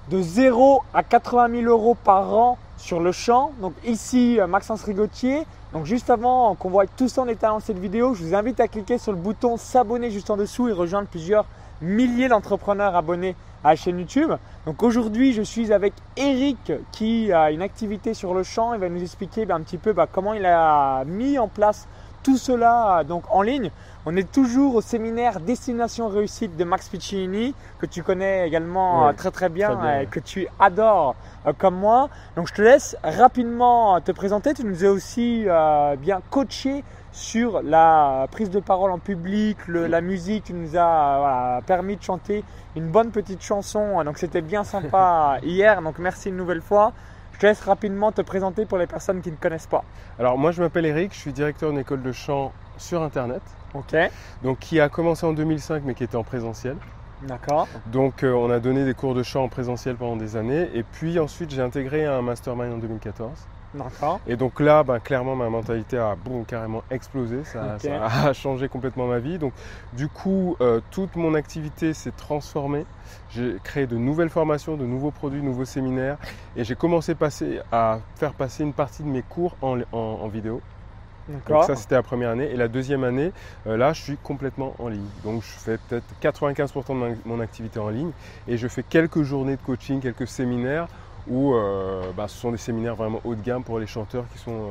de 0 à 80 000 euros par an sur le champ. Donc ici, Maxence Rigotier. Donc juste avant qu'on voit tout ça en état dans cette vidéo, je vous invite à cliquer sur le bouton s'abonner juste en dessous et rejoindre plusieurs milliers d'entrepreneurs abonnés à la chaîne YouTube. Donc aujourd'hui, je suis avec Eric qui a une activité sur le champ. Il va nous expliquer un petit peu comment il a mis en place tout cela donc en ligne. On est toujours au séminaire Destination Réussite de Max Piccinini que tu connais également très bien, et que tu adores comme moi. Donc je te laisse rapidement te présenter. Tu nous as aussi bien coaché sur la prise de parole en public, la musique. Tu nous as permis de chanter une bonne petite chanson. Donc c'était bien sympa hier. Donc merci une nouvelle fois. Je te laisse rapidement te présenter pour les personnes qui ne connaissent pas. Alors moi je m'appelle Eric, je suis directeur d'une école de chant sur internet. Ok. Donc qui a commencé en 2005 mais qui était en présentiel. D'accord. Donc on a donné des cours de chant en présentiel pendant des années et puis ensuite j'ai intégré un mastermind en 2014. D'accord. Et donc là, clairement, ma mentalité a carrément explosé. Ça a changé complètement ma vie. Donc du coup, toute mon activité s'est transformée. J'ai créé de nouvelles formations, de nouveaux produits, de nouveaux séminaires. Et j'ai commencé à faire passer une partie de mes cours en vidéo. Donc ça, c'était la première année. Et la deuxième année, là, je suis complètement en ligne. Donc je fais peut-être 95% de mon activité en ligne. Et je fais quelques journées de coaching, quelques séminaires où ce sont des séminaires vraiment haut de gamme pour les chanteurs qui sont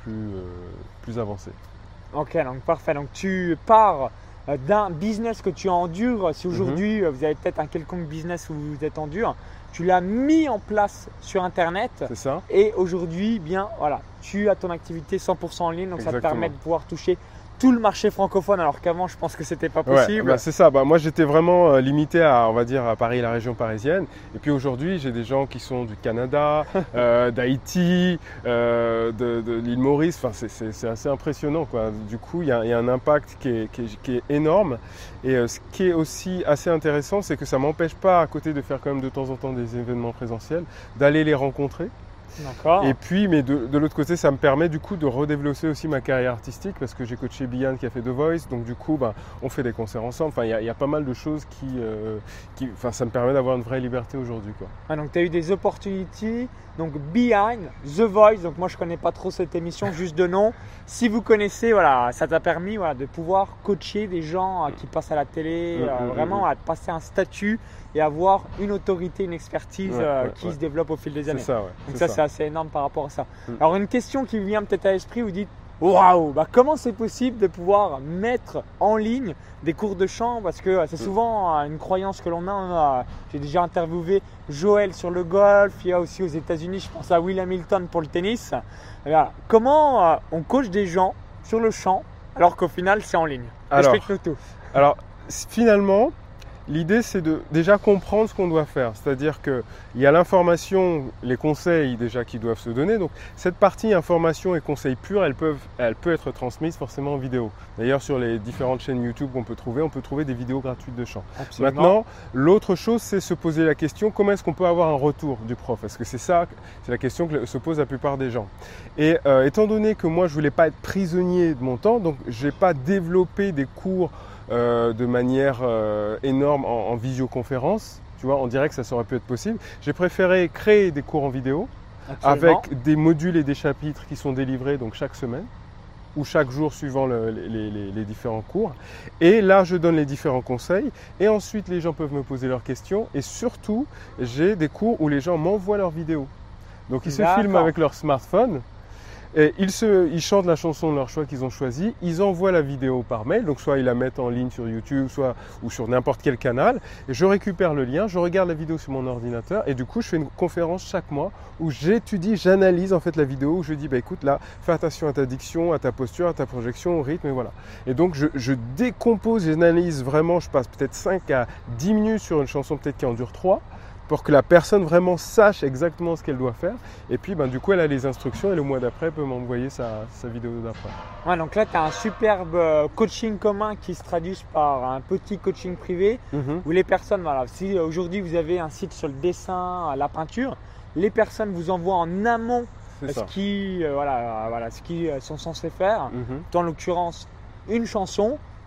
plus avancés. Ok, donc parfait. Donc tu pars d'un business que tu endures. Si aujourd'hui vous avez peut-être un quelconque business où vous êtes en dur, tu l'as mis en place sur Internet. C'est ça. Et aujourd'hui, tu as ton activité 100% en ligne. Donc Exactement. ça te permet de pouvoir toucher tout le marché francophone, alors qu'avant je pense que c'était pas possible. C'est ça, moi j'étais vraiment limité à Paris, la région parisienne. Et puis aujourd'hui j'ai des gens qui sont du Canada, d'Haïti, de l'île Maurice. Enfin, c'est assez impressionnant, quoi. Du coup il y a un impact qui est énorme. Et ce qui est aussi assez intéressant, c'est que ça ne m'empêche pas, à côté de faire quand même de temps en temps des événements présentiels, d'aller les rencontrer. D'accord. Et puis, mais de l'autre côté, ça me permet du coup de redévelopper aussi ma carrière artistique parce que j'ai coaché Bian qui a fait The Voice. Donc du coup, on fait des concerts ensemble. Enfin, il y a pas mal de choses ça me permet d'avoir une vraie liberté aujourd'hui, quoi. Donc tu as eu des opportunités. Donc Behind, The Voice. Donc moi je connais pas trop cette émission, juste de nom. Si vous connaissez, ça t'a permis de pouvoir coacher des gens qui passent à la télé, vraiment de passer un statut et avoir une autorité, une expertise qui se développe au fil des années. C'est ça, donc ça c'est assez énorme par rapport à ça. Alors une question qui vient peut-être à l'esprit, vous dites waouh, comment c'est possible de pouvoir mettre en ligne des cours de chant? Parce que c'est souvent une croyance que l'on a. J'ai déjà interviewé Joël sur le golf, il y a aussi aux États-Unis, je pense à Will Hamilton pour le tennis. Comment on coach des gens sur le chant alors qu'au final c'est en ligne? Explique-nous tout. Alors finalement, l'idée, c'est de déjà comprendre ce qu'on doit faire. C'est-à-dire qu'il y a l'information, les conseils déjà qui doivent se donner. Donc, cette partie information et conseils purs, elle peut être transmise forcément en vidéo. D'ailleurs, sur les différentes chaînes YouTube qu'on peut trouver, on peut trouver des vidéos gratuites de chant. Absolument. Maintenant, l'autre chose, c'est se poser la question, comment est-ce qu'on peut avoir un retour du prof? Parce que c'est la question que se pose la plupart des gens. Et étant donné que moi, je ne voulais pas être prisonnier de mon temps, donc je n'ai pas développé des cours de manière énorme en visioconférence, tu vois, on dirait que ça aurait pu être possible. J'ai préféré créer des cours en vidéo. Absolument. Avec des modules et des chapitres qui sont délivrés donc chaque semaine ou chaque jour suivant les différents cours. Et là, je donne les différents conseils et ensuite les gens peuvent me poser leurs questions et surtout, j'ai des cours où les gens m'envoient leurs vidéos. Donc ils se filment avec leur smartphone. Et ils chantent la chanson de leur choix qu'ils ont choisi, ils envoient la vidéo par mail, donc soit ils la mettent en ligne sur YouTube, ou sur n'importe quel canal, et je récupère le lien, je regarde la vidéo sur mon ordinateur, et du coup je fais une conférence chaque mois où j'analyse en fait la vidéo, où je dis écoute là, fais attention à ta diction, à ta posture, à ta projection, au rythme, et voilà. Et donc je décompose, j'analyse vraiment, je passe peut-être 5 à 10 minutes sur une chanson peut-être qui en dure 3, pour que la personne vraiment sache exactement ce qu'elle doit faire. Et puis, du coup, elle a les instructions et le mois d'après, elle peut m'envoyer sa vidéo d'après. Donc là, tu as un superbe coaching commun qui se traduit par un petit coaching privé où les personnes, si aujourd'hui vous avez un site sur le dessin, la peinture, les personnes vous envoient en amont ce qui sont censés faire. En l'occurrence, une chanson.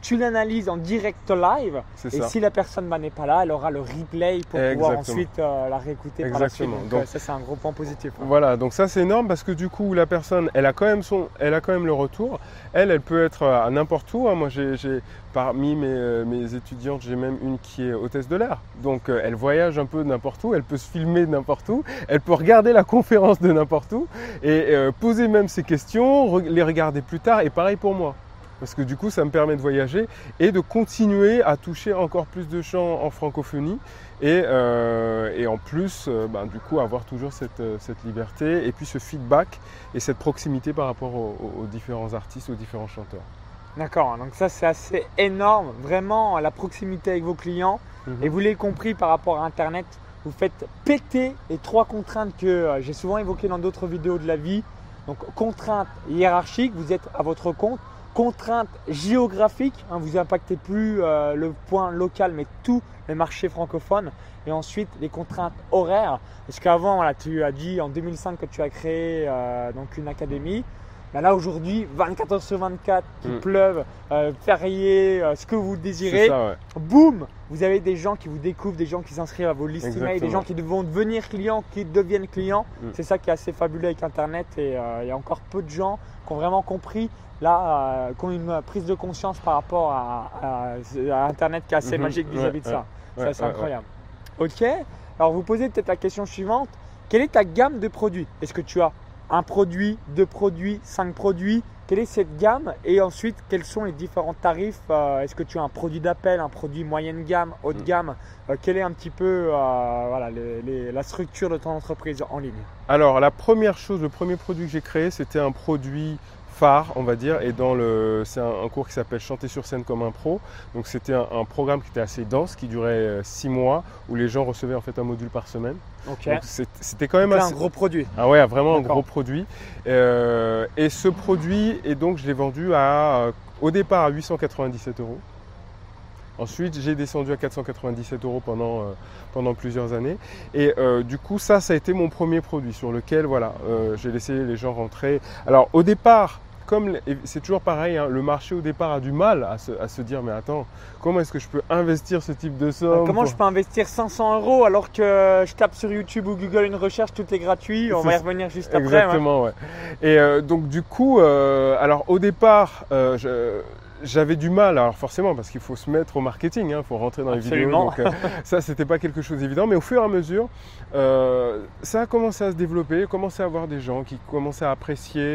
tu l'analyses en direct live. C'est Et ça. si la personne n'est pas là, elle aura le replay pour pouvoir Exactement. ensuite la réécouter par la suite. Exactement. Donc, Donc, ça, c'est un gros point positif. Hein. Voilà, donc ça c'est énorme parce que du coup la personne, elle a quand même le retour. Elle peut être à n'importe où. Hein. Moi, parmi mes étudiantes, j'ai même une qui est hôtesse de l'air. Donc elle voyage un peu n'importe où, elle peut se filmer de n'importe où, elle peut regarder la conférence de n'importe où et poser même ses questions, les regarder plus tard. Et pareil pour moi. Parce que du coup, ça me permet de voyager et de continuer à toucher encore plus de gens en francophonie et en plus, du coup, avoir toujours cette liberté et puis ce feedback et cette proximité par rapport aux différents artistes, aux différents chanteurs. D'accord, donc ça c'est assez énorme, vraiment la proximité avec vos clients. Et vous l'avez compris par rapport à Internet, vous faites péter les 3 contraintes que j'ai souvent évoquées dans d'autres vidéos de la vie. Donc contrainte hiérarchique, vous êtes à votre compte. Contrainte géographique, hein, vous n'impactez plus le point local mais tous les marchés francophones. Et ensuite les contraintes horaires. Parce qu'avant, voilà, tu as dit en 2005 que tu as créé donc une académie. Ben là aujourd'hui, 24 heures sur 24, qu'il pleuve, férié, ce que vous désirez, C'est ça, ouais. boum, vous avez des gens qui vous découvrent, des gens qui s'inscrivent à vos listes email, des gens qui vont devenir clients, qui deviennent clients. C'est ça qui est assez fabuleux avec Internet et il y a encore peu de gens qui ont vraiment compris, là, qui ont une prise de conscience par rapport à Internet qui est assez magique vis-à-vis de ça. Ça, c'est incroyable. Ok, alors vous posez peut-être la question suivante, quelle est ta gamme de produits? Est-ce que tu as un produit, 2 produits, 5 produits? Quelle est cette gamme? Et ensuite, quels sont les différents tarifs? Est-ce que tu as un produit d'appel, un produit moyenne gamme, haute gamme? Quelle est un petit peu la structure de ton entreprise en ligne? Alors, la première chose, le premier produit que j'ai créé, c'était un produit phare, on va dire, et c'est un cours qui s'appelle Chanter sur scène comme un pro. Donc c'était un programme qui était assez dense, qui durait 6 mois, où les gens recevaient en fait un module par semaine. Okay. Donc c'était quand même un gros produit. Ah ouais, vraiment un gros produit. Et ce produit, et donc je l'ai vendu au départ à 897 €. Ensuite, j'ai descendu à 497 € pendant plusieurs années. Et du coup, ça a été mon premier produit sur lequel voilà, j'ai laissé les gens rentrer. Alors au départ, c'est toujours pareil, hein, le marché au départ a du mal à se dire mais attends, comment est-ce que je peux investir ce type de somme? Comment je peux investir 500 € alors que je tape sur YouTube ou Google une recherche, tout est gratuit, on va y revenir juste après. Exactement, ouais. Et donc du coup, alors au départ, j'avais du mal, alors forcément parce qu'il faut se mettre au marketing, il faut rentrer dans les vidéos, donc ça c'était pas quelque chose d'évident, mais au fur et à mesure ça a commencé à se développer, commençait à avoir des gens qui commençaient à apprécier,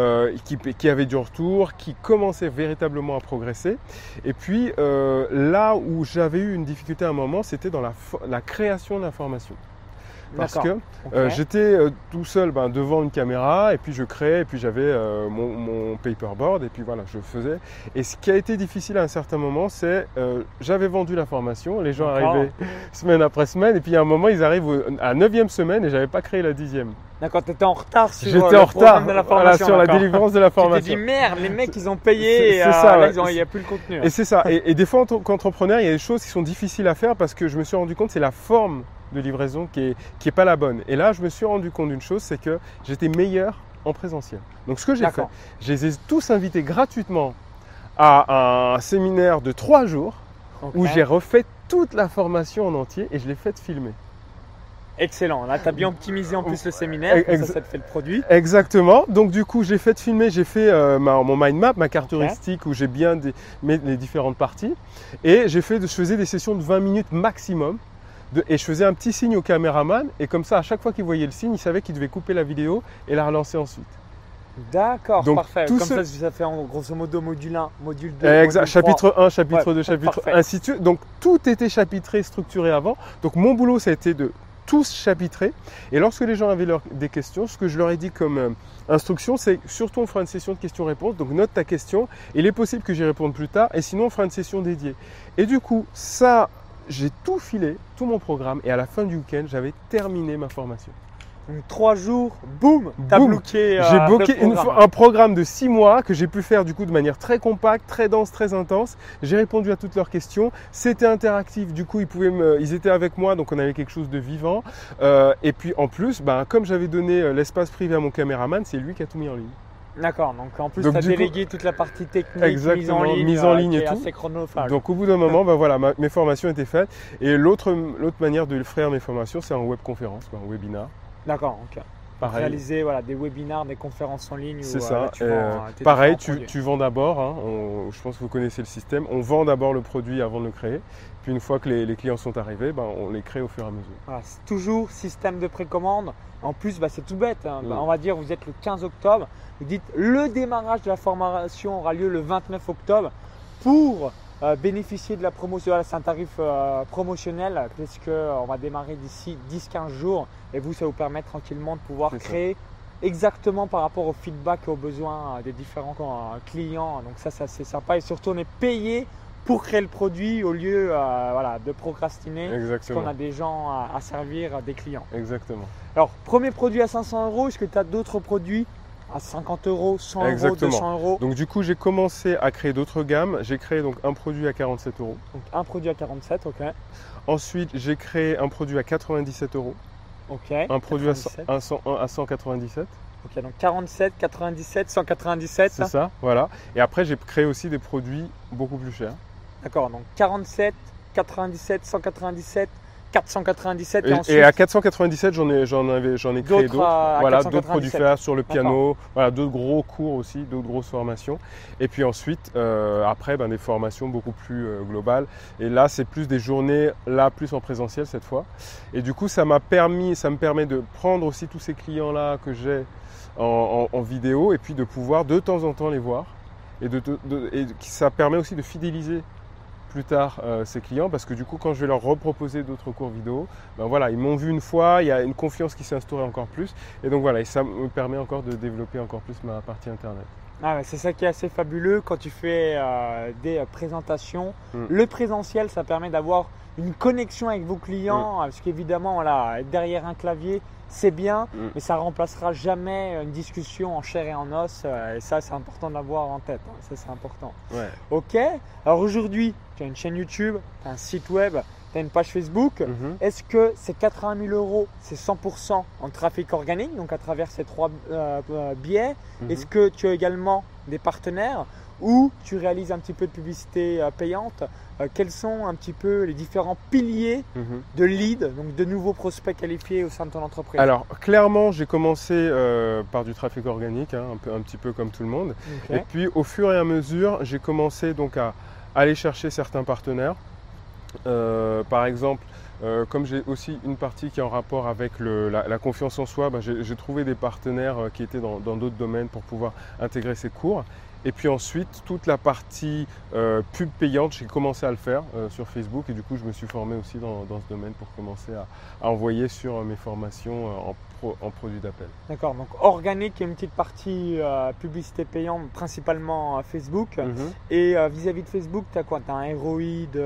qui avaient du retour, qui commençaient véritablement à progresser. Et puis là où j'avais eu une difficulté à un moment, c'était dans la création d'informations. Parce que j'étais tout seul devant une caméra et puis je créais et puis j'avais mon paperboard et puis voilà, je faisais. Et ce qui a été difficile à un certain moment, c'est j'avais vendu la formation, les gens arrivaient semaine après semaine et puis à un moment ils arrivent à la 9e semaine et j'avais pas créé la 10e. D'accord, tu étais en retard sur J'étais en retard sur la délivrance de la formation. Tu t'es dit merde, les mecs ils ont payé et ça, là il n'y a plus le contenu. Et c'est ça, et des fois en tant qu'entrepreneur, il y a des choses qui sont difficiles à faire parce que je me suis rendu compte que c'est la forme de livraison qui est pas la bonne. Et là, je me suis rendu compte d'une chose, c'est que j'étais meilleur en présentiel. Donc, ce que j'ai fait, je les ai tous invités gratuitement à un séminaire de 3 jours où j'ai refait toute la formation en entier et je l'ai fait filmer. Excellent, là tu as bien optimisé en plus le séminaire, ça te fait le produit. Exactement, donc du coup j'ai fait filmer, j'ai fait mon mind map, ma carte heuristique où j'ai bien mis les différentes parties et je faisais des sessions de 20 minutes maximum. Et je faisais un petit signe au caméraman et comme ça à chaque fois qu'il voyait le signe, il savait qu'il devait couper la vidéo et la relancer ensuite. D'accord, parfait. Comme ça fait en grosso modo module 1, module 2, exact. Module chapitre 3. 1, chapitre 2, chapitre 1, ainsi de suite. Donc tout était chapitré, structuré avant. Donc mon boulot ça a été de tous chapitrer. Et lorsque les gens avaient des questions, ce que je leur ai dit comme instruction, c'est surtout on fera une session de questions-réponses. Donc note ta question. Il est possible que j'y réponde plus tard et sinon on fera une session dédiée. Et du coup, ça... J'ai tout filé, tout mon programme et à la fin du week-end, j'avais terminé ma formation. Donc 3 jours, boum, tu as bloqué J'ai bloqué un programme de 6 mois que j'ai pu faire du coup de manière très compacte, très dense, très intense. J'ai répondu à toutes leurs questions. C'était interactif, du coup ils étaient avec moi, donc on avait quelque chose de vivant. Et puis en plus, comme j'avais donné l'espace privé à mon caméraman, c'est lui qui a tout mis en ligne. D'accord, donc en plus Donc, tu as du coup- délégué toute la partie technique, Exactement, mise en ligne qui et est tout. assez chronophage. Donc au bout d'un moment, ben voilà, mes formations étaient faites. Et l'autre manière de faire mes formations, c'est en webconférence, un webinar. D'accord, ok. Pareil. Réaliser voilà, des webinars, des conférences en ligne. C'est où, ça. là, tu vends, tes Pareil, différents produits. tu vends d'abord. Hein, je pense que vous connaissez le système. On vend d'abord le produit avant de le créer. Puis une fois que les clients sont arrivés, ben, on les crée au fur et à mesure. Voilà, c'est toujours système de précommande. En plus, bah, c'est tout bête. Hein. Mm. On va dire vous êtes le 15 octobre. Vous dites le démarrage de la formation aura lieu le 29 octobre pour bénéficier de la promotion. Voilà, c'est un tarif promotionnel puisqu'on va démarrer d'ici 10-15 jours. Et vous, ça vous permet tranquillement de pouvoir C'est ça. créer exactement par rapport au feedback et aux besoins des différents clients. Donc ça c'est sympa. Et surtout, on est payé pour créer le produit au lieu voilà, de procrastiner. Parce Exactement. qu'on a des gens à servir, des clients. Exactement. Alors, premier produit à 500 €, est-ce que tu as d'autres produits à 50 €, 100 €, Exactement. 200 €? Donc du coup, j'ai commencé à créer d'autres gammes. J'ai créé donc un produit à 47 €. Donc, un produit à 47, ok. Ensuite, j'ai créé un produit à 97 €. Ok. Un produit à 97. à 197. Ok, donc 47, 97, 197. C'est ça, voilà. Et après, j'ai créé aussi des produits beaucoup plus chers. D'accord, donc 47, 97, 197, 497 et, Et ensuite à 497, j'en ai créé d'autres à Voilà, 497. d'autres produits faire sur le piano, voilà, d'autres gros cours aussi, d'autres grosses formations. Et puis ensuite, après, des formations beaucoup plus globales. Et là, c'est plus des journées, là, plus en présentiel cette fois. Et du coup, ça me permet de prendre aussi tous ces clients-là que j'ai en vidéo et puis de pouvoir de temps en temps les voir. Et ça permet aussi de fidéliser plus tard ces clients parce que du coup quand je vais leur reproposer d'autres cours vidéo, voilà, ils m'ont vu une fois, il y a une confiance qui s'est instaurée encore plus et donc voilà, et ça me permet encore de développer encore plus ma partie internet. Ah ouais, c'est ça qui est assez fabuleux quand tu fais des présentations. Mm. Le présentiel, ça permet d'avoir une connexion avec vos clients parce qu'évidemment, voilà, être derrière un clavier, c'est bien, mais ça ne remplacera jamais une discussion en chair et en os. Et ça, c'est important d'avoir en tête. Hein. Ça, c'est important. Ouais. Ok. Alors aujourd'hui, tu as une chaîne YouTube, tu as un site web, tu as une page Facebook. Mhm. Est-ce que ces 80 000 €, c'est 100% en trafic organique, donc à travers ces trois biais? Mhm. Est-ce que tu as également des partenaires ou tu réalises un petit peu de publicité payante? Quels sont un petit peu les différents piliers Mhm. de lead, donc de nouveaux prospects qualifiés au sein de ton entreprise? Alors clairement, j'ai commencé par du trafic organique, hein, un petit peu comme tout le monde. Ok. Et puis au fur et à mesure, j'ai commencé donc à aller chercher certains partenaires. Par exemple, comme j'ai aussi une partie qui est en rapport avec la confiance en soi, j'ai trouvé des partenaires qui étaient dans d'autres domaines pour pouvoir intégrer ces cours. Et puis ensuite, toute la partie pub payante, j'ai commencé à le faire sur Facebook et du coup, je me suis formé aussi dans ce domaine pour commencer à envoyer sur mes formations en produits d'appel. D'accord, donc organique et une petite partie publicité payante, principalement Facebook. Mhm. Et vis-à-vis de Facebook, tu as quoi? Tu as un ROI de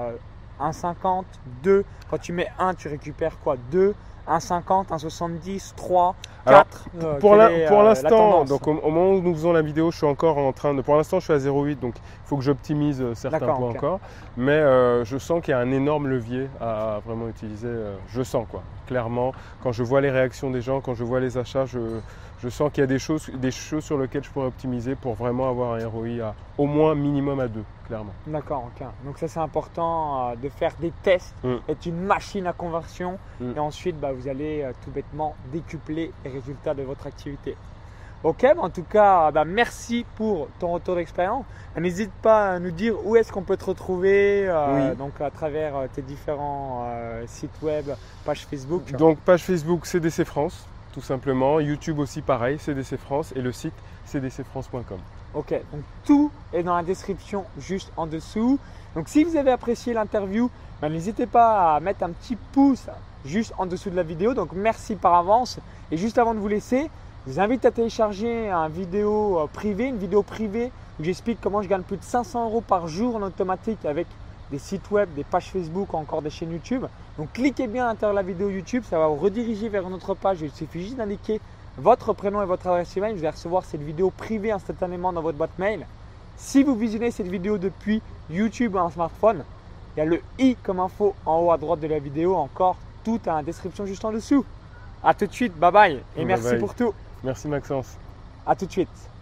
1,50, 2. Quand tu mets 1, tu récupères quoi? 2, 1,50, 1,70, 3, 4. Alors, pour l'instant, donc donc au moment où nous faisons la vidéo, je suis encore en train de. Pour l'instant, je suis à 0,8, donc il faut que j'optimise certains D'accord, points ok. encore. Mais je sens qu'il y a un énorme levier à vraiment utiliser. Je sens quoi. Clairement, quand je vois les réactions des gens, quand je vois les achats, je sens qu'il y a des choses sur lesquelles je pourrais optimiser pour vraiment avoir un ROI au moins minimum à 2, clairement. D'accord, ok. Donc ça c'est important de faire des tests, Mm. être une machine à conversion Mm. et ensuite vous allez tout bêtement décupler les résultats de votre activité. Ok, en tout cas, merci pour ton retour d'expérience. N'hésite pas à nous dire où est-ce qu'on peut te retrouver Oui. donc à travers tes différents sites web, page Facebook. Donc page Facebook CDC France, tout simplement. YouTube aussi pareil, CDC France et le site cdcfrance.com. Ok, donc tout est dans la description juste en dessous. Donc si vous avez apprécié l'interview, n'hésitez pas à mettre un petit pouce juste en dessous de la vidéo. Donc merci par avance. Et juste avant de vous laisser, je vous invite à télécharger une vidéo privée où j'explique comment je gagne plus de 500 € par jour en automatique avec des sites web, des pages Facebook ou encore des chaînes YouTube. Donc cliquez bien à l'intérieur de la vidéo YouTube, ça va vous rediriger vers une autre page. Il suffit juste d'indiquer votre prénom et votre adresse email. Vous allez recevoir cette vidéo privée instantanément dans votre boîte mail. Si vous visionnez cette vidéo depuis YouTube ou un smartphone, il y a le i comme info en haut à droite de la vidéo. Encore tout à la description juste en dessous. A tout de suite, bye bye et Bye merci bye. pour tout. Merci Maxence. À tout de suite.